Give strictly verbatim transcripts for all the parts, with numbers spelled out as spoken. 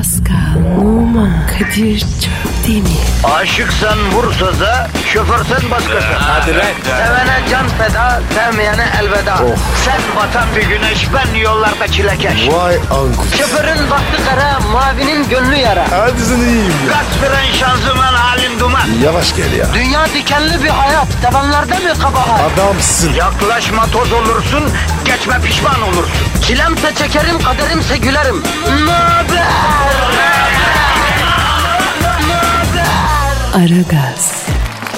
Pascal, Oman, Kadir çok değil mi? Aşıksan vursa da, şoförsen başkasın. Hadi lan. Sevene can feda, sevmeyene elveda. Oh. Sen batan bir güneş, ben yollarda çilekeş. Vay anku. Şoförün baktı kara, mavinin gönlü yara. Hadi sen iyiyim ya. Kasperen şanzıman halin duman. Yavaş gel ya. Dünya dikenli bir hayat, sevenlerde mi kabahar? Adamsın. Yaklaşma toz olursun, geçme pişman olursun. Çilemse çekerim, kaderimse gülerim. Möber! Aragaz.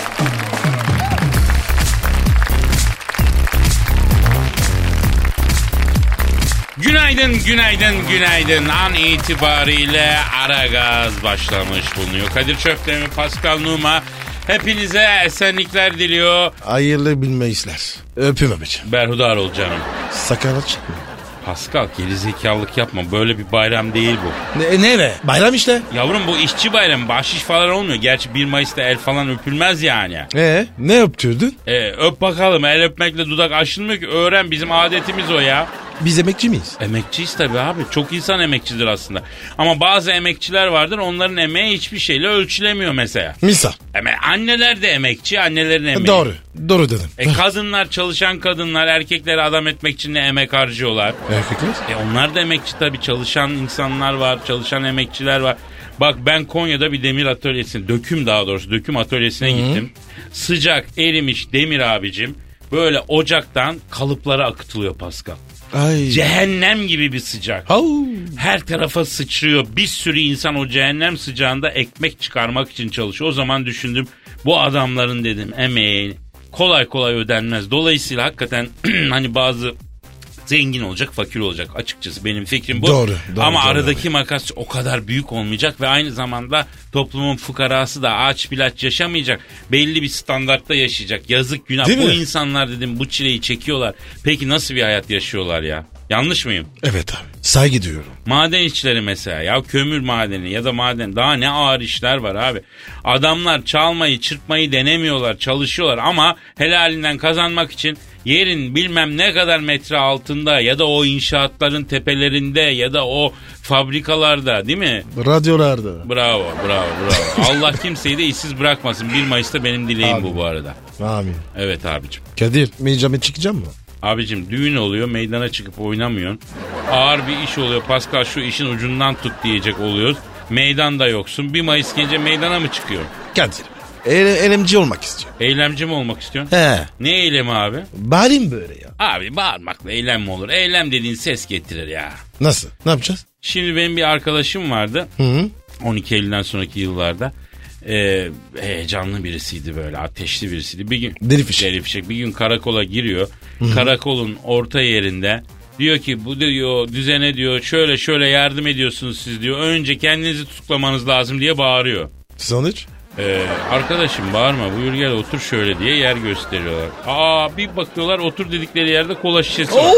Günaydın, günaydın, günaydın. An itibariyle Aragaz başlamış bulunuyor. Kadir Çöptemir, Pascal Numa hepinize esenlikler diliyor. Hayırlı bilmeyizler. Öpüm abicim. Berhudar ol canım. Sakal çıkma. Pascal gerizekalılık yapma. Böyle bir bayram değil bu. Ne, ne be? Bayram işte. Yavrum bu işçi bayramı. Bahşiş falan olmuyor. Gerçi bir Mayıs'ta el falan öpülmez yani. Ee, ne öptürdün? Ee, öp bakalım. El öpmekle dudak aşılmıyor ki. Öğren, bizim adetimiz o ya. Biz emekçi miyiz? Emekçiyiz tabii abi. Çok insan emekçidir aslında. Ama bazı emekçiler vardır, onların emeği hiçbir şeyle ölçülemiyor mesela. Misal. Eme anneler de emekçi, annelerin emeği. Doğru. Doğru dedim. E kadınlar, çalışan kadınlar, erkekleri adam etmek için de emek harcıyorlar. Erkekler? E onlar da emekçi tabii. Çalışan insanlar var, çalışan emekçiler var. Bak ben Konya'da bir demir atölyesine, döküm daha doğrusu döküm atölyesine Hı-hı. gittim. Sıcak erimiş demir abicim. Böyle ocaktan kalıplara akıtılıyor Pascal. Ay. Cehennem gibi bir sıcak. Au. Her tarafa sıçrıyor. Bir sürü insan o cehennem sıcağında ekmek çıkarmak için çalışıyor. O zaman düşündüm, bu adamların dedim emeği kolay kolay ödenmez. Dolayısıyla hakikaten hani bazı zengin olacak, fakir olacak. Açıkçası benim fikrim bu. Doğru. doğru Ama doğru, aradaki doğru. makas o kadar büyük olmayacak ve aynı zamanda toplumun fukarası da aç bilaç yaşamayacak. Belli bir standartta yaşayacak. Yazık günah. Değil bu mi? insanlar dedim bu çileyi çekiyorlar. Peki nasıl bir hayat yaşıyorlar ya? Yanlış mıyım? Evet abi. Saygı duyuyorum. Maden işçileri mesela ya, kömür madeni ya da maden, daha ne ağır işler var abi. Adamlar çalmayı, çırpmayı denemiyorlar, çalışıyorlar ama helalinden kazanmak için yerin bilmem ne kadar metre altında ya da o inşaatların tepelerinde ya da o fabrikalarda, değil mi? Radyolarda. Bravo, bravo, bravo. Allah kimseyi de işsiz bırakmasın. bir Mayıs'ta benim dileğim Amin. bu bu arada. Amin. Evet abicim. Kadir, mecame çıkacağım mı? Abicim düğün oluyor, meydana çıkıp oynamıyorsun. Ağır bir iş oluyor, Pascal şu işin ucundan tut diyecek oluyoruz. Meydanda yoksun. bir Mayıs gelince meydana mı çıkıyorsun? Kadir, ele, elemci olmak istiyorum. Eylemci mi olmak istiyorsun? He. Ne eylemi abi? Bağırayım böyle ya. Abi bağırmakla eylem mi olur? Eylem dediğin ses getirir ya. Nasıl? Ne yapacağız? Şimdi benim bir arkadaşım vardı. Hı hı. on iki Eylül'den sonraki yıllarda. Ee, heyecanlı birisiydi, böyle ateşli birisiydi. Bir gün Deli fişek. Deli fişek. Bir gün karakola giriyor. Hı-hı. Karakolun orta yerinde diyor ki bu diyor düzene diyor şöyle şöyle yardım ediyorsunuz siz diyor. Önce kendinizi tutuklamanız lazım diye bağırıyor. Sonuç? Ee, arkadaşım bağırma, buyur gel otur şöyle diye yer gösteriyorlar. Aa bir bakıyorlar, otur dedikleri yerde kola şişesi var.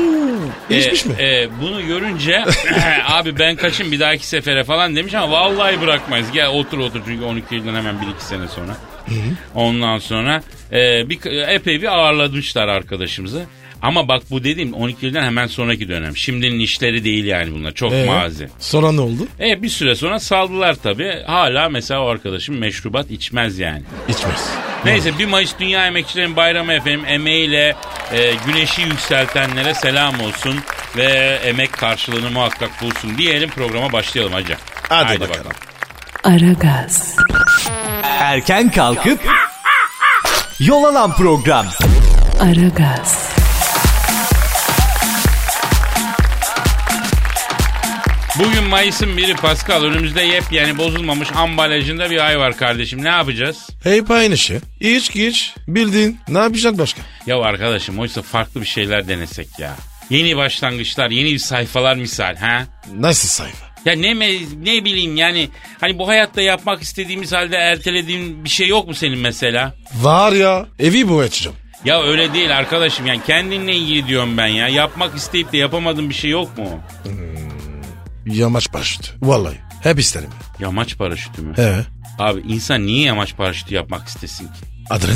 Değişmiş ee, mi? E, bunu görünce abi ben kaçayım bir dahaki sefere falan demiş ama vallahi bırakmayız. Gel otur otur, çünkü on iki Eylül'den hemen bir iki sene sonra. Hı-hı. Ondan sonra e, bir, epey bir ağırlamışlar arkadaşımızı. Ama bak bu dediğim on iki Eylül'den hemen sonraki dönem. Şimdinin işleri değil yani bunlar. Çok ee, mazi. Sonra ne oldu? E bir süre sonra saldılar tabii. Hala mesela o arkadaşım meşrubat içmez yani. İçmez. Neyse bir Mayıs Dünya Emekçilerin Bayramı efendim. Emeğiyle e, güneşi yükseltenlere selam olsun ve emek karşılığını muhakkak bulsun diyelim, programa başlayalım hacı. Hadi, Haydi bakalım. bakalım. Aragaz. Erken kalkıp yol alan program. Aragaz. Bugün Mayıs'ın biri Pascal. Önümüzde yepyeni bozulmamış ambalajında bir ay var kardeşim. Ne yapacağız? Hep aynı şey. İç geç bildiğin. Ne yapacaksın başka? Ya arkadaşım oysa farklı bir şeyler denesek ya. Yeni başlangıçlar, yeni sayfalar misal ha? Nasıl sayfa? Ya ne ne bileyim yani, hani bu hayatta yapmak istediğimiz halde ertelediğin bir şey yok mu senin mesela? Var ya, evi boyatacağım. Ya öyle değil arkadaşım, yani kendinle ilgili diyorum ben ya. Yapmak isteyip de yapamadığın bir şey yok mu? Hmm, yamaç paraşütü. Vallahi hep isterim. Yamaç paraşütü mü? He. Abi insan niye yamaç paraşütü yapmak istesin ki? Adrenalin.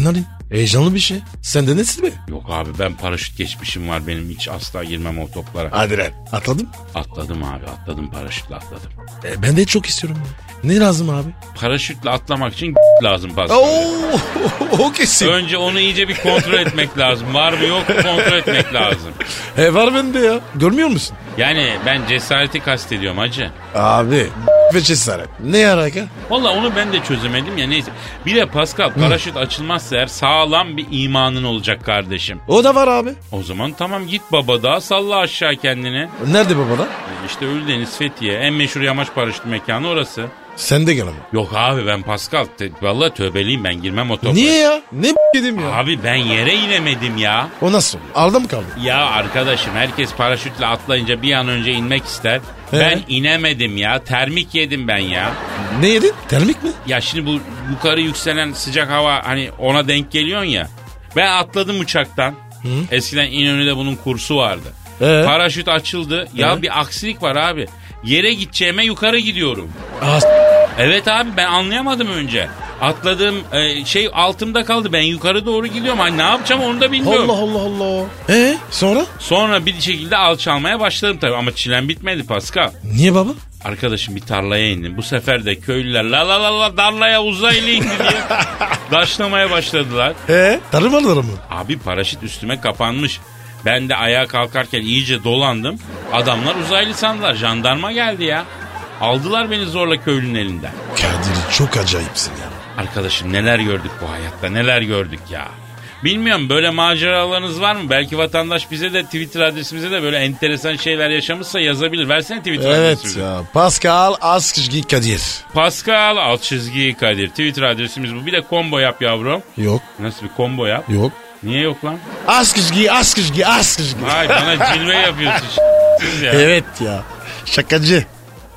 Heyecanlı bir şey. Sen de nesin be? Yok abi ben paraşüt geçmişim var benim, hiç asla girmem o toplara. Hadi lan. Atladın? Atladım abi, atladım, paraşütle atladım. E, ben de çok istiyorum. Ya. Ne lazım abi? Paraşütle atlamak için lazım Pascal. Oo, o kesin. Önce onu iyice bir kontrol etmek lazım. Var mı yok mu kontrol etmek lazım. E var bende ya. Görmüyor musun? Yani ben cesareti kastediyorum hacı. Abi ve cesaret. Ne alaka? Valla onu ben de çözemedim ya, neyse. Bir de Pascal paraşüt açılmazsa eğer sağlam bir imanın olacak kardeşim. O da var abi. O zaman tamam, git baba daha salla aşağı kendini. Nerede baba da? E İşte Ölüdeniz, Fethiye, en meşhur yamaç paraşütü mekanı orası. Sen de gel ama. Yok abi ben Pascal te- vallahi tövbeliyim, ben girmem o topa. Niye ya? Ne b- yedim ya? Abi ben yere inemedim ya. O nasıl? Aldı mı kaldı? Ya arkadaşım herkes paraşütle atlayınca bir an önce inmek ister. He. Ben inemedim ya. Termik yedim ben ya. Ne yedin? Termik mi? Ya şimdi bu yukarı yükselen sıcak hava hani ona denk geliyorsun ya. Ben atladım uçaktan. Hı? Eskiden İnönü'de bunun kursu vardı. Ee? Paraşüt açıldı. Ya Ee? bir aksilik var abi. Yere gideceğime yukarı gidiyorum. Aa, Evet abi ben anlayamadım önce. Atladığım e, şey altımda kaldı. Ben yukarı doğru gidiyorum. Hani ne yapacağım onu da bilmiyorum. Allah Allah Allah. Ee sonra? Sonra bir şekilde alçalmaya başladım tabii. Ama çilem bitmedi Pascal. Niye baba? Arkadaşım bir tarlaya indim. Bu sefer de köylüler la la la la tarlaya uzaylı indi diye daşlamaya başladılar. Ee tarımaları mı? Abi paraşüt üstüme kapanmış. Ben de ayağa kalkarken iyice dolandım. Adamlar uzaylı sandılar. Jandarma geldi ya. Aldılar beni zorla köylünün elinden. Kadir çok acayipsin ya. Arkadaşım neler gördük bu hayatta, neler gördük ya. Bilmiyorum böyle maceralarınız var mı? Belki vatandaş bize de Twitter adresimize de böyle enteresan şeyler yaşamışsa yazabilir. Versene Twitter Evet adresimizi. ya. Pascal Askışgi Kadir. Pascal alt çizgi Kadir. Twitter adresimiz bu. Bir de combo yap yavrum. Yok. Nasıl bir combo yap? Yok. Niye yok lan? Askışgi Askışgi Askışgi. Ay bana cilve yapıyorsun ya. Evet ya. Şakacı.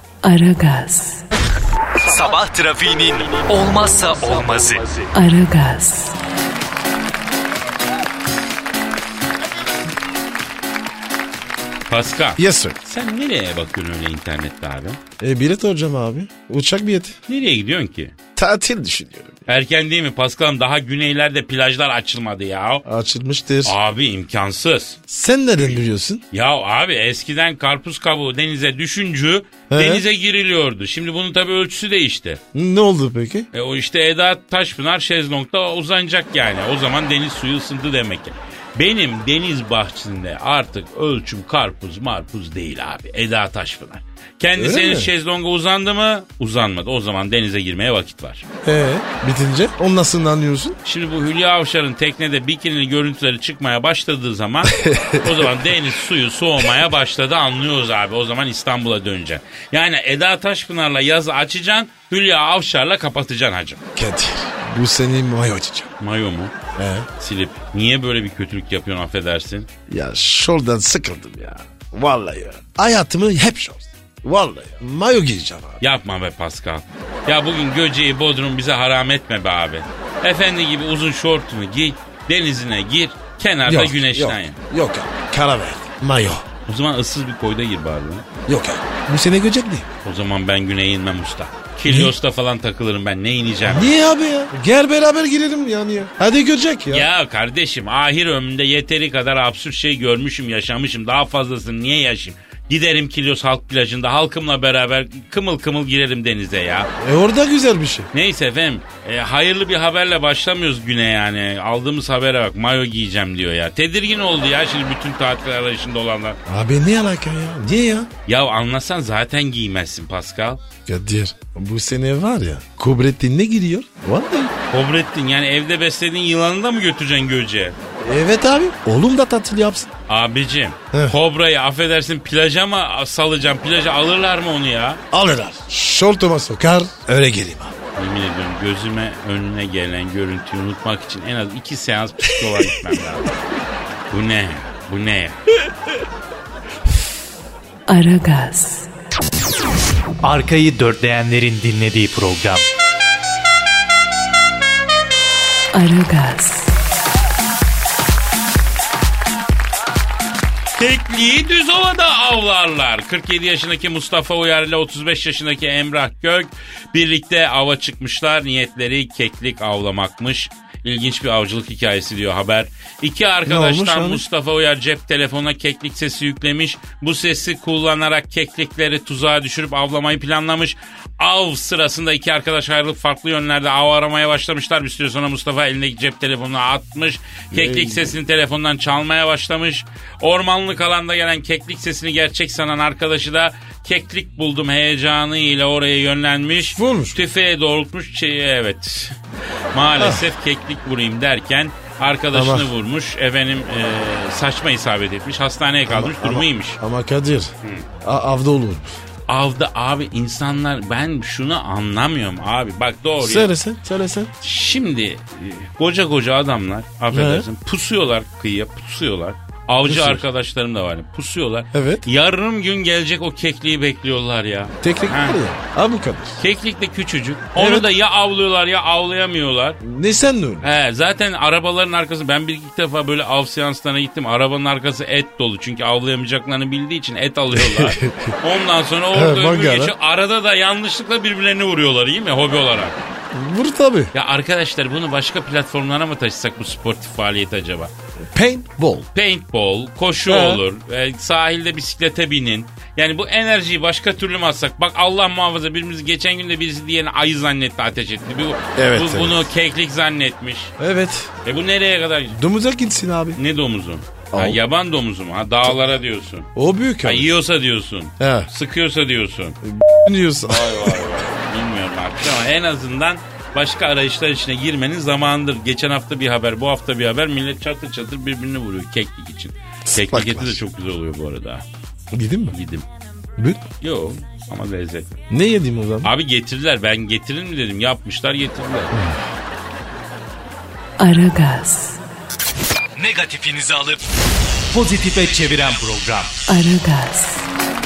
Aragaz, Sabah trafiğinin olmazsa olmazı. Aragaz, Pascal. Yes sir. Sen nereye bakıyorsun öyle internette abi? E, bilet hocam abi. Uçak bileti. Nereye gidiyorsun ki? Tatil düşünüyorum. Erken değil mi Pascal'ım? Daha güneylerde plajlar açılmadı ya. Açılmıştır. Abi imkansız. Sen nereden biliyorsun? Ya abi eskiden karpuz kabuğu denize düşüncü He? denize giriliyordu. Şimdi bunun tabii ölçüsü değişti. Ne oldu peki? E o işte Eda Taşpınar şezlongda uzanacak yani. O zaman deniz suyu ısındı demek ki. Benim deniz bahçesinde artık ölçüm karpuz marpuz değil abi. Eda Taşpınar. Kendisi Öyle henüz mi? şezlonga uzandı mı? Uzanmadı. O zaman denize girmeye vakit var. Ee, bitince onu nasıl anlıyorsun? Şimdi bu Hülya Avşar'ın teknede bikinili görüntüleri çıkmaya başladığı zaman o zaman deniz suyu soğumaya başladı anlıyoruz abi. O zaman İstanbul'a döneceksin. Yani Eda Taşpınar'la yazı açacaksın, Hülya Avşar'la kapatacaksın hacım. Kadir, bu senin mayo açacağım. Mayo mu? He? Silip. Niye böyle bir kötülük yapıyorsun affedersin? Ya şuradan sıkıldım ya. Vallahi ya. Hayatımı hep şort. Vallahi ya. Mayo giyeceğim abi. Yapma be Pascal. Ya bugün Göce'yi Bodrum bize haram etme be abi. Efendi gibi uzun şortunu giy, denizine gir, kenarda güneşlen. Yok, yok abi. Kara verdi. Mayo. O zaman ıssız bir koyda gir bari lan. Yok abi. Bu sene göcek değil. O zaman ben güneye inmem usta. Kilyos'ta falan takılırım ben, ne ineceğim? Niye abi ya? Gel beraber girelim yani ya. Hadi göcek ya. Ya kardeşim ahir ömrümde yeteri kadar absürt şey görmüşüm, yaşamışım. Daha fazlasını niye yaşayayım? Giderim Kilyos Halk Plajı'nda halkımla beraber kımıl kımıl girerim denize ya. E orada güzel bir şey. Neyse efendim e, hayırlı bir haberle başlamıyoruz güne yani. Aldığımız habere bak, mayo giyeceğim diyor ya. Tedirgin oldu ya şimdi bütün tatil arayışında olanlar. Abi ne alaka ya? Niye ya? Ya anlasan zaten giymezsin Pascal. Kadir, bu sene var ya Kubrettin ne giriyor? Vallahi. Kobrettin yani evde beslediğin yılanı da mı götüreceksin Göce'ye? Evet abi. Oğlum da tatil yapsın. Abicim Heh. kobrayı affedersin plaja mı salacağım, plaja alırlar mı onu ya? Alırlar. Şortuma sokar öyle geleyim abi. Yemin ediyorum gözüme önüne gelen görüntüyü unutmak için en az iki seans psikoloğa gitmem lazım. Bu ne? Bu ne? Aragaz, Arkayı dörtleyenlerin dinlediği program. Aragaz, Tekliği düz ovada avlarlar. kırk yedi yaşındaki Mustafa Uyar ile otuz beş yaşındaki Emrah Gök birlikte ava çıkmışlar. Niyetleri keklik avlamakmış. İlginç bir avcılık hikayesi diyor haber. İki olmuş arkadaştan abi? Mustafa Uyar cep telefonuna keklik sesi yüklemiş. Bu sesi kullanarak keklikleri tuzağa düşürüp avlamayı planlamış. Av sırasında iki arkadaş ayrılıp farklı yönlerde av aramaya başlamışlar. Bir süre sonra Mustafa elindeki cep telefonunu atmış. Keklik sesini telefondan çalmaya başlamış. Ormanlık alanda gelen keklik sesini gerçek sanan arkadaşı da keklik buldum heyecanıyla oraya yönlenmiş. Vurmuş. Tüfeğe doğrultmuş. Şey, evet. Maalesef keklik vurayım derken arkadaşını Ama- vurmuş. Efendim e, saçma isabet etmiş. Hastaneye kaldırmış. Durumu iyiymiş. Ama Kadir a- avda olur. Avda abi insanlar, ben şunu anlamıyorum abi. Bak doğru ya. Söylesen söylesen. Şimdi e, koca koca adamlar affedersin pusuyorlar kıyıya, pusuyorlar. Avcı Pusuyor. arkadaşlarım da var. Pusuyorlar. Evet. Yarım gün gelecek o kekliği bekliyorlar ya. Teknik Ha. var ya. Ha bu kadar. Keklik de küçücük. Onu Evet. da ya avlıyorlar ya avlayamıyorlar. Ne sen de öyle. He, zaten arabaların arkası, ben bir iki defa böyle av seanslarına gittim. Arabanın arkası et dolu. Çünkü avlayamayacaklarını bildiği için et alıyorlar. Ondan sonra orada Evet, ömür mangala. geçiyor. Arada da yanlışlıkla birbirlerini vuruyorlar, iyi mi? Hobi olarak. Vur tabii. Ya arkadaşlar bunu başka platformlara mı taşısak bu sportif faaliyet acaba? Paintball. Paintball, koşu He. olur, e, sahilde bisiklete binin. Yani bu enerjiyi başka türlü mü atsak? Bak Allah muhafaza birimiz geçen gün de birisi diğerini ayı zannetti, ateş etti. Bu, Evet, bu evet. bunu keklik zannetmiş. Evet. E bu nereye kadar? Domuza gitsin abi. Ne domuzu? Ha, Av. yaban domuzu mu? Ha, dağlara diyorsun. O büyük Ha, abi. yiyorsa diyorsun. He. Sıkıyorsa diyorsun. Diyorsun. Bilmiyorum artık ama en azından başka arayışlar içine girmenin zamanıdır. Geçen hafta bir haber, bu hafta bir haber. Millet çatır çatır birbirini vuruyor keklik için. Keklik Sıkmaklar. eti de çok güzel oluyor bu arada. Gidin mi? Yedim. Büt. Yok ama lezzet. Ne yedim o zaman? Abi getirdiler, ben getirir mi dedim. Yapmışlar, getirdiler. Aragaz, Negatifinizi alıp pozitife çeviren program. Aragaz,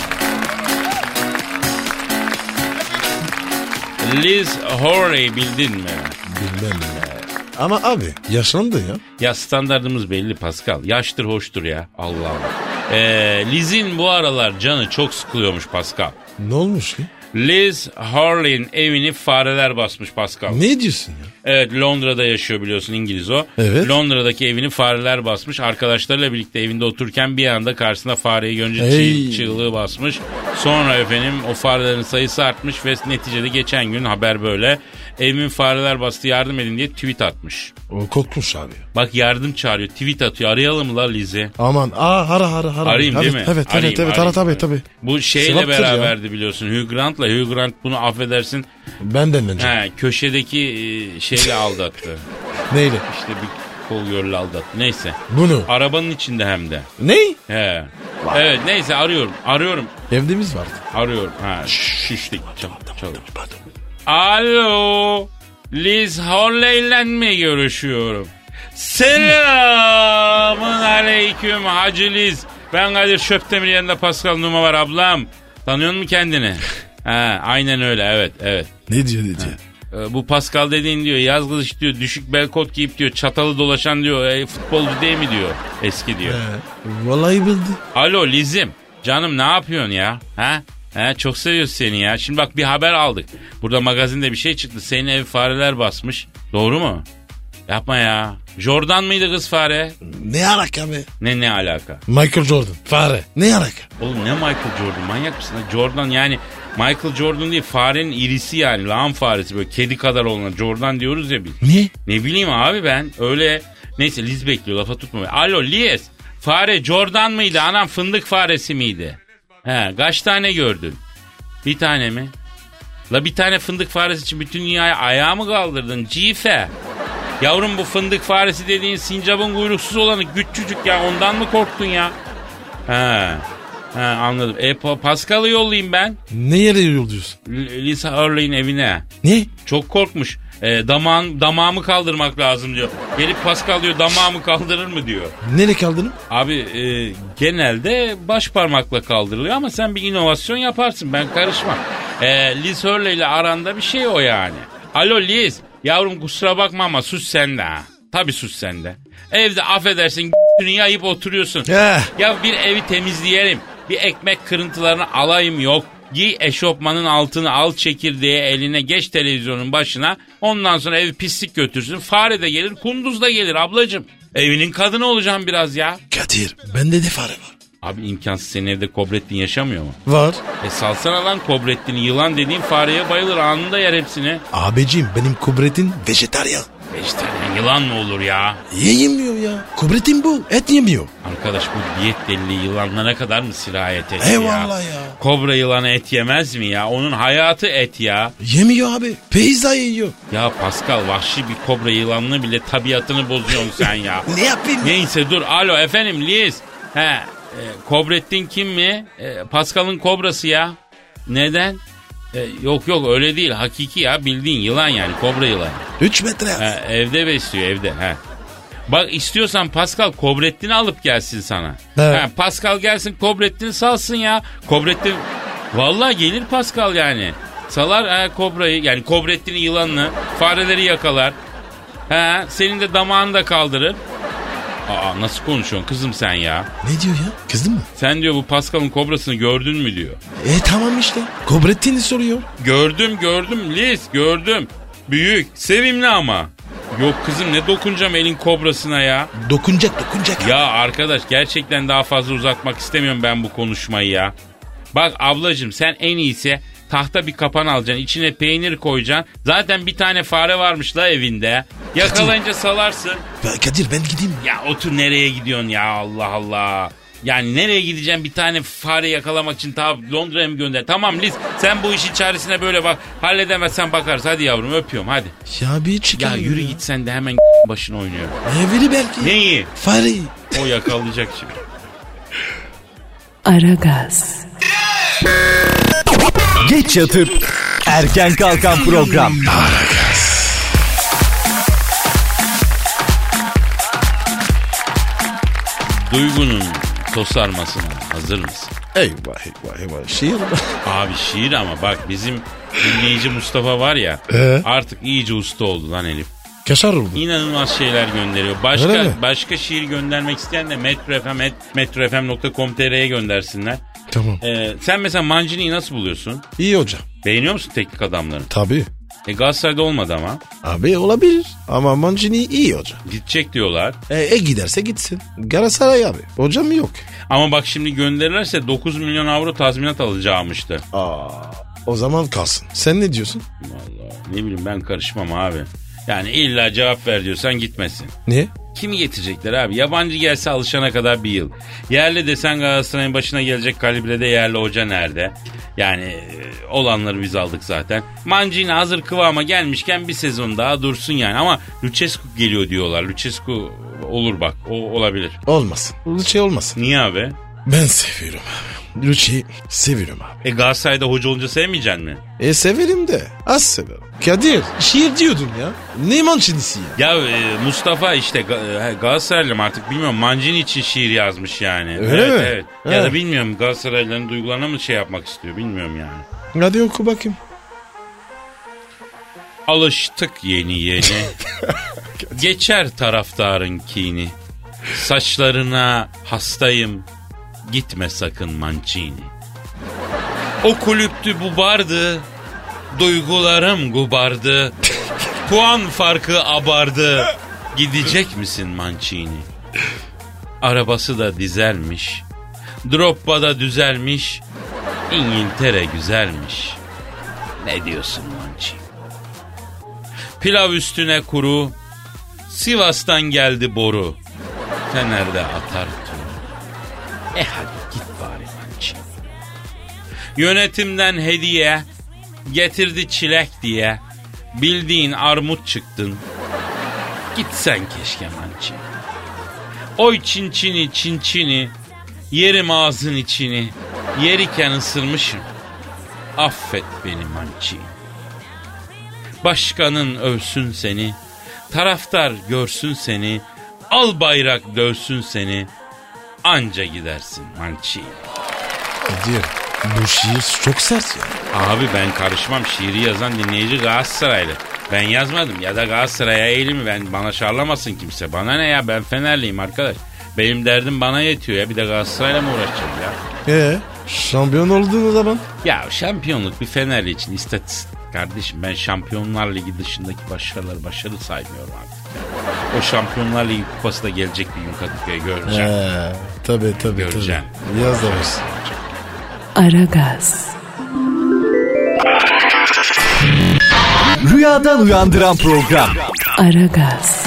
Liz Horley bildin mi? Bilmem ya. Ama abi yaşlandı ya. Ya standartımız belli Pascal. Yaştır hoştur ya. Allah Allah. Ee, Liz'in bu aralar canı çok sıkılıyormuş Pascal. Ne olmuş ki? Liz Horley'in evini fareler basmış Pascal. Ne diyorsun ya? Evet, Londra'da yaşıyor biliyorsun, İngiliz o. Evet. Londra'daki evini fareler basmış. Arkadaşlarıyla birlikte evinde otururken bir anda karşısına fareyi görünce Hey. çığ- çığlığı basmış. Sonra efendim o farelerin sayısı artmış ve neticede geçen gün haber böyle. Evimin fareler bastı, yardım edin diye tweet atmış. O korkmuş abi. Bak yardım çağırıyor, tweet atıyor. Arayalım mı la Liz'i? Aman aa hara hara hara. Arayayım evet, değil mi? Evet Arayayım, evet evet arayayım. ara tabii tabii. Bu şeyle Sevaptır beraberdi biliyorsun, Hugh Grant'la. Hugh Grant bunu affedersin Benden önce. he, köşedeki e, şeyle aldattı. Neyle? İşte bir kol görle aldattı. Neyse. Bunu. Arabanın içinde hem de. Ne? He. Evet neyse arıyorum. Arıyorum. Evdemiz vardı. Arıyorum. Ha şişlik. Çal, çal. Alo. Liz Horley'le mi görüşüyorum? Selamun aleyküm Hacı Liz. Ben Kadir Şöptemir, yanında Pascal Numa var ablam. Tanıyor musun kendini? Ha, aynen öyle, evet evet. Ne diyor ne diyor? Ee, bu Pascal dediğin diyor yaz kılıç diyor, düşük bel kot giyip diyor, çatalı dolaşan diyor, e, futbolcu değil mi diyor, eski diyor. He, vallahi bildi. Alo Lizim, canım ne yapıyorsun ya? Ha? Ha, çok seviyoruz seni ya. Şimdi bak bir haber aldık. Burada magazinde bir şey çıktı. Senin evi fareler basmış. Doğru mu? Yapma ya. Jordan mıydı kız fare? Ne alaka be? Ne ne alaka? Michael Jordan. Fare. Ne alaka? Oğlum ne Michael Jordan? Manyak mısın? Jordan yani Michael Jordan değil, farenin irisi yani. Lağım faresi, böyle kedi kadar olan Jordan diyoruz ya biz. Ne? Ne bileyim abi ben öyle. Neyse Liz bekliyor, lafa tutma. Alo Liz, fare Jordan mıydı? Anam fındık faresi miydi? He, kaç tane gördün? Bir tane mi? La bir tane fındık faresi için bütün dünyaya ayağı mı kaldırdın? Cife. Yavrum bu fındık faresi dediğin sincapın kuyruksuz olanı, küçücük ya, ondan mı korktun ya? He. He anladım. E pa- Pascal'ı yollayayım ben. Ne yere yolluyorsun? L- Lisa Hurley'in evine. Ne? Çok korkmuş. E, damağın, damağımı kaldırmak lazım diyor. Gelip Pascal diyor damağımı kaldırır mı diyor. Nereye kaldın? Abi e, genelde baş parmakla kaldırılıyor ama sen bir inovasyon yaparsın, ben karışmam. E, Liz Hurley ile aranda bir şey o yani. Alo Liz, yavrum kusura bakma ama sus sen de ha. Tabii sus sen de. Evde affedersin g***ünü yayıp oturuyorsun. He. Ya bir evi temizleyelim, bir ekmek kırıntılarını alayım yok. Giy eşofmanın altını, al çekirdeği eline, geç televizyonun başına. Ondan sonra evi pislik götürsün. Fare de gelir, kunduz da gelir ablacığım. Evinin kadını olacağım biraz ya. Kadir bende de fare var. Abi imkansız, senin evde Kobrettin yaşamıyor mu? Var. E salsana lan Kobrettin'i, yılan dediğin fareye bayılır, anında yer hepsini. Abicim benim Kobrettin vejetaryen. Vejetaryen yılan mı olur ya? Niye yemiyor ya? Kobrettin bu, et yemiyor. Arkadaş bu diyet deliliği yılanlara kadar mı sirayet etti Eyvallah ya? ya. Kobra yılanı et yemez mi ya? Onun hayatı et ya. Yemiyor abi. Pizza yiyor. Ya Pascal, vahşi bir kobra yılanını bile tabiatını bozuyorsun sen ya. Ne yapayım? Neyse dur. Alo efendim Liz. He, e, Kobrettin kim mi? E, Pascal'ın kobrası ya. Neden? E, yok yok öyle değil. Hakiki ya, bildiğin yılan yani, kobra yılanı. Üç metre. He, evde besliyor evde. He. Bak istiyorsan Pascal Kobrettin'i alıp gelsin sana. Evet. He, Pascal gelsin Kobrettin'i salsın ya. Kobrettin vallahi gelir Pascal yani. Salar he, kobrayı yani Kobrettin'i, yılanını, fareleri yakalar. He, senin de damağını da kaldırır. Aa nasıl konuşuyorsun kızım sen ya? Ne diyor ya? Kızdın mı? Sen diyor bu Pascal'ın kobrasını gördün mü diyor. E tamam işte. Kobrettin'i soruyor. Gördüm gördüm Liz gördüm. Büyük sevimli ama. Yok kızım ne dokunacağım elin kobrasına ya. Dokunacak dokunacak. Ya arkadaş gerçekten daha fazla uzatmak istemiyorum ben bu konuşmayı ya. Bak ablacığım sen en iyisi tahta bir kapan alacaksın. İçine peynir koyacaksın. Zaten bir tane fare varmış la evinde. Yakalayınca salarsın. Ya Kadir ben gideyim. Ya otur, nereye gidiyorsun ya, Allah Allah. Yani nereye gideceğim, bir tane fare yakalamak için ta Londra'ya mı gönder? Tamam Liz sen bu işin çaresine böyle bak. Halledemezsen bakarız. Hadi yavrum öpüyorum hadi. Ya bir çıkar. Ya yürü git sen de, hemen başına oynuyor. Evli belki. Neyi? Fareyi. O yakalayacak şimdi. Aragaz, Geç yatıp erken kalkan program. Duygunun tosarmasına hazır mısın? Eyvah eyvah eyvah. Şiir mi? Abi şiir ama bak bizim dinleyici Mustafa var ya, Ee? artık iyice usta oldu lan herif. Kaşar oldu. İnanılmaz şeyler gönderiyor. Öyle Başka mi? başka şiir göndermek isteyen de metrofm at metrofm nokta com nokta tr'ye göndersinler. Tamam. Ee, sen mesela Mancini'yi nasıl buluyorsun? İyi hocam. Beğeniyor musun teknik adamlarını? Tabii. E Galatasaray'da olmadı ama. Abi olabilir. Ama Mancini iyi hoca. Gidecek diyorlar. E, e giderse gitsin. Galatasaray abi. Hocam yok. Ama bak şimdi gönderirlerse dokuz milyon avro tazminat alacağımıştı. Aa, o zaman kalsın. Sen ne diyorsun? Vallahi ne bileyim, ben karışmam abi. Yani illa cevap ver diyorsan gitmesin. Niye? Kimi getirecekler abi? Yabancı gelse alışana kadar bir yıl. Yerli desen Galatasaray'ın başına gelecek kalibrede yerli hoca nerede? Yani e, olanları biz aldık zaten. Mancini hazır kıvama gelmişken bir sezon daha dursun yani. Ama Lucescu geliyor diyorlar. Lucescu olur bak, o olabilir. Olmasın. Şey olmasın. Niye abi? Ben seviyorum abi. Lucci'yi seviyorum abi. E Galatasaray'da hoca olunca sevmeyeceksin mi? E severim de az severim. Kadir şiir diyordun ya. Ne Mancini'si ya? Ya e, Mustafa işte Ga- Galatasaraylı mı artık bilmiyorum, Mancini için şiir yazmış yani. Öyle evet, mi? Evet. He. Ya da bilmiyorum, Galatasaraylıların duygularına mı şey yapmak istiyor bilmiyorum yani. Hadi oku bakayım. Alıştık yeni yeni. Geçer taraftarın kini. Saçlarına hastayım. Gitme sakın Mancini. O kulüptü bu bardı. Duygularım gubardı. Puan farkı abardı. Gidecek misin Mancini? Arabası da dizelmiş. Droppa da düzelmiş. İngiltere güzelmiş. Ne diyorsun Mancini? Pilav üstüne kuru. Sivas'tan geldi boru. Fener'de atar turu. E hadi git bari Mancini. Yönetimden hediye. Getirdi çilek diye. Bildiğin armut çıktın. Gitsen keşke Mancini. Oy çinçini çinçini. Yerim ağzın içini. Yerken ısırmışım. Affet beni Mancini. Başkanın övsün seni. Taraftar görsün seni. Al bayrak dövsün seni. Anca gidersin Mancini. Kadir bu şiir çok sert ya. Abi ben karışmam. Şiiri yazan dinleyici Galatasaraylı. Ben yazmadım ya da Galatasaray'a eğilim, ben bana şarlamasın kimse. Bana ne ya, ben Fenerliyim arkadaş. Benim derdim bana yetiyor ya, bir de Galatasaray'la mı uğraşacağım ya? Ee? Şampiyon oldun o zaman. Ya şampiyonluk bir Fenerli için istatistik kardeşim. Ben Şampiyonlar Ligi dışındaki başarıları başarı saymıyorum artık. Yani. O Şampiyonlar Ligi kupası da gelecek bir gün Kadıköy'e göreceğim. Ee, tabii tabii. Göreceğim. Tabii. Yaz da versin. Aragaz, Rüyadan uyandıran program. Aragaz,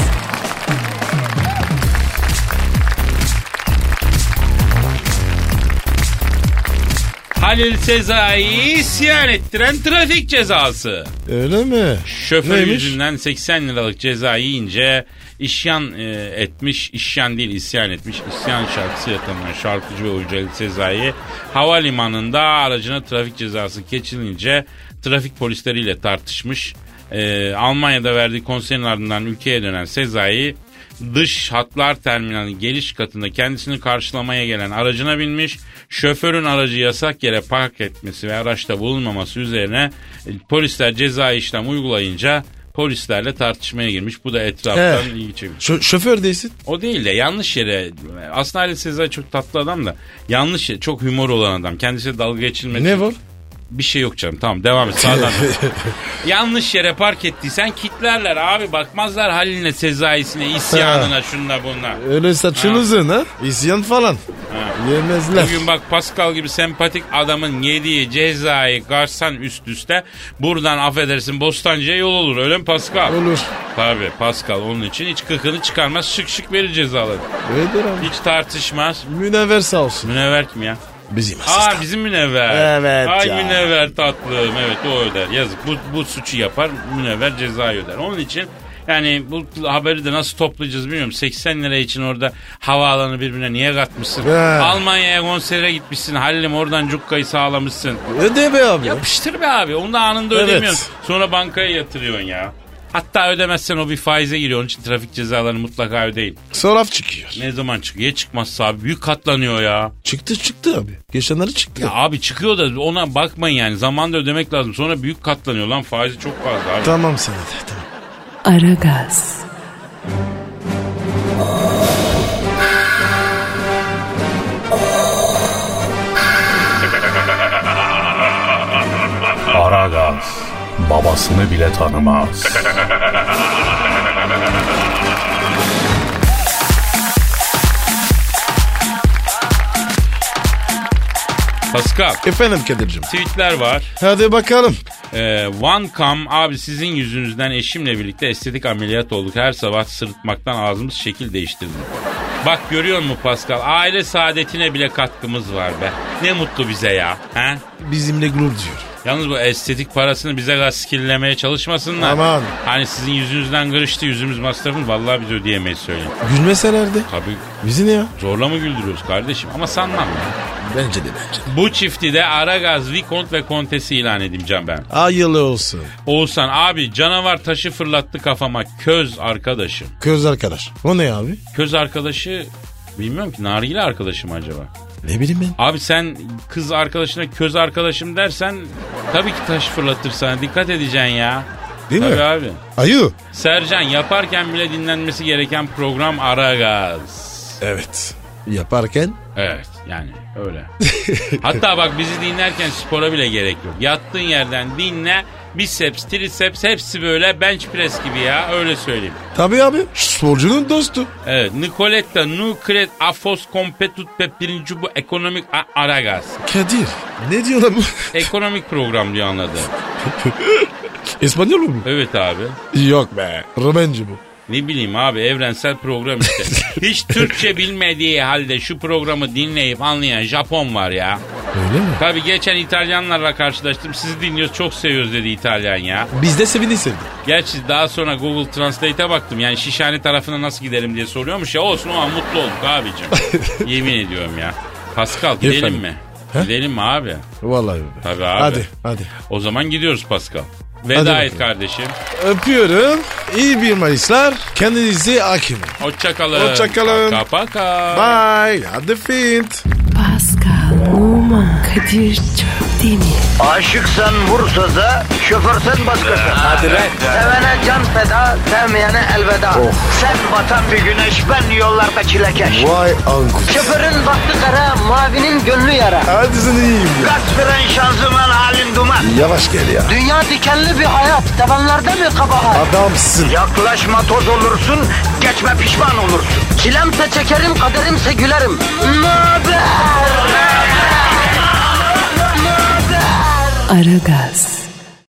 Halil Sezai'yi isyan ettiren trafik cezası. Öyle mi? Şoför Neymiş? yüzünden seksen liralık ceza yiyince isyan e, etmiş, isyan değil isyan etmiş. İsyan şarkısı tanınan şarkıcı ve oyuncu Halil Sezai havalimanında aracına trafik cezası geçilince trafik polisleriyle tartışmış. E, Almanya'da verdiği konserin ardından ülkeye dönen Sezai dış hatlar terminalinin geliş katında kendisini karşılamaya gelen aracına binmiş. Şoförün aracı yasak yere park etmesi ve araçta bulunmaması üzerine e, polisler ceza işlem uygulayınca polislerle tartışmaya girmiş. Bu da etraftan He. ilgi çekmiş. Şö- şoför değilsin. O değil de yanlış yere, aslında Ali Sezai çok tatlı adam da yanlış yere, çok humor olan adam. Kendisi dalga geçilmesi. Ne var? Bir şey yok canım, tamam devam et sağdan. Yanlış yere park ettiysen kitlerler abi, bakmazlar Halil'ine, Sezai'sine, isyanına, şunla bunla. Öyle saçınızın ha? İsyan falan. Ha. Yemezler. Bugün bak Pascal gibi sempatik adamın yediği cezayı karsan üst üste buradan affedersin Bostancı'ya yol olur, öyle mi Pascal? Olur. Tabii Pascal onun için hiç kıkını çıkarmaz, şık şık verir cezaları. Öyledir abi. Hiç tartışmaz. Münevver sağ olsun. Münevver kim ya? Bizim Aa asistan. bizim Münevver. Evet Ay ya. Münevver tatlım, evet o öder. Yazık, bu, bu suçu yapar, Münevver cezayı öder. Onun için yani bu haberi de nasıl toplayacağız bilmiyorum. seksen lira için orada havaalanı birbirine niye katmışsın? He. Almanya'ya konsere gitmişsin. Halil'im oradan cukkayı sağlamışsın. Öde be abi. Yapıştır be abi. Onu da anında Evet. ödemiyorsun. Sonra bankaya yatırıyorsun ya. Hatta ödemezsen o bir faize giriyor. Onun için trafik cezalarını mutlaka ödeyin. Soraf çıkıyor. Ne zaman çıkıyor? Ya çıkmazsa abi büyük katlanıyor ya. Çıktı çıktı abi. Geçenleri çıktı. Ya abi çıkıyor da ona bakmayın yani. Zamanında ödemek lazım. Sonra büyük katlanıyor lan. Faizi çok fazla abi. Tamam sen de tamam. Aragaz, Aragaz babasını bile tanımaz. Pascal, Efendim Kadir'cim. tweetler var. Hadi bakalım. Ee, OneCam abi sizin yüzünüzden eşimle birlikte estetik ameliyat olduk. Her sabah sırıtmaktan ağzımız şekil değiştirdi. Bak görüyor musun Pascal? Aile saadetine bile katkımız var be. Ne mutlu bize ya. He? Bizimle gurur diyor. Yalnız bu estetik parasını bize gaskillemeye çalışmasınlar. Aman. Hani sizin yüzünüzden kırıştı, yüzümüz masrafını vallahi biz ödeyemeyiz söyleyeyim. Gülmeselerdi. Tabii Bizi ne ya? zorla mı güldürüyoruz kardeşim? Ama sanmam ya. Bence de bence. Bu çifti de Aragaz, Vikont ve Kontesi ilan edeyim can ben. Hayırlı olsun. Oğuzhan abi canavar taşı fırlattı kafama, köz arkadaşım. Köz arkadaş. O ne abi? Köz arkadaşı bilmiyorum ki, nargile arkadaşı mı acaba? Ne bileyim ben. Abi sen kız arkadaşına köz arkadaşım dersen tabii ki taş fırlatır sana, dikkat edeceksin ya. Değil tabii mi? abi. Ayı. Sercan yaparken bile dinlenmesi gereken program Aragaz. Evet. Yaparken. Evet yani öyle. Hatta bak bizi dinlerken spora bile gerek yok. Yattığın yerden dinle, biceps, triceps hepsi böyle bench press gibi ya, öyle söyleyeyim. Tabii abi. Sporcunun dostu. Evet, Nicoletta Nucret Afos Competut Pepirincu bu ekonomik a- Aragaz. Kadir. Ne diyor lan bu? Ekonomik program diyor, anladım. İspanyol mu bu? Evet abi. Yok be. Romenci bu. Ne bileyim abi, evrensel program işte. Hiç Türkçe bilmediği halde şu programı dinleyip anlayan Japon var ya. Öyle mi? Tabii geçen İtalyanlarla karşılaştım. Sizi dinliyoruz, çok seviyoruz dedi İtalyan ya. Biz de sevini sevdik. Gerçi daha sonra Google Translate'e baktım. Yani Şişhane tarafına nasıl giderim diye soruyormuş ya. Olsun, o an mutlu olduk abicim. Yemin ediyorum ya. Pascal gidelim Efendim? mi? He? Gidelim mi abi? Vallahi. Tabii abi. Hadi hadi. O zaman gidiyoruz Pascal. Veda Hadi et bakalım. kardeşim. Öpüyorum. İyi bir Mayıslar. Kendinize hakim. Hoşçakalın. Hoşça kalın. Paka paka. Bye. Hadi fint. Pascal, Oman, Teoman Kadir Çöpdemir. Aşıksan vursa da, şoförsen başkasın. Hadi lan. Sevene can feda, sevmeyene elveda. Sen batan bir güneş, ben yollarda çilekeş. Vay anku. Şoförün baktı kara, mavinin gönlü yara. Hadi sen iyiyim ya. Kasperen şanzıman halin duman. Yavaş gel ya. Dünya dikenli bir hayat, sevenlerde mi kabahar? Adamsın. Yaklaşma toz olursun, geçme pişman olursun. Çilemse çekerim, kaderimse gülerim. Möber! Aragaz.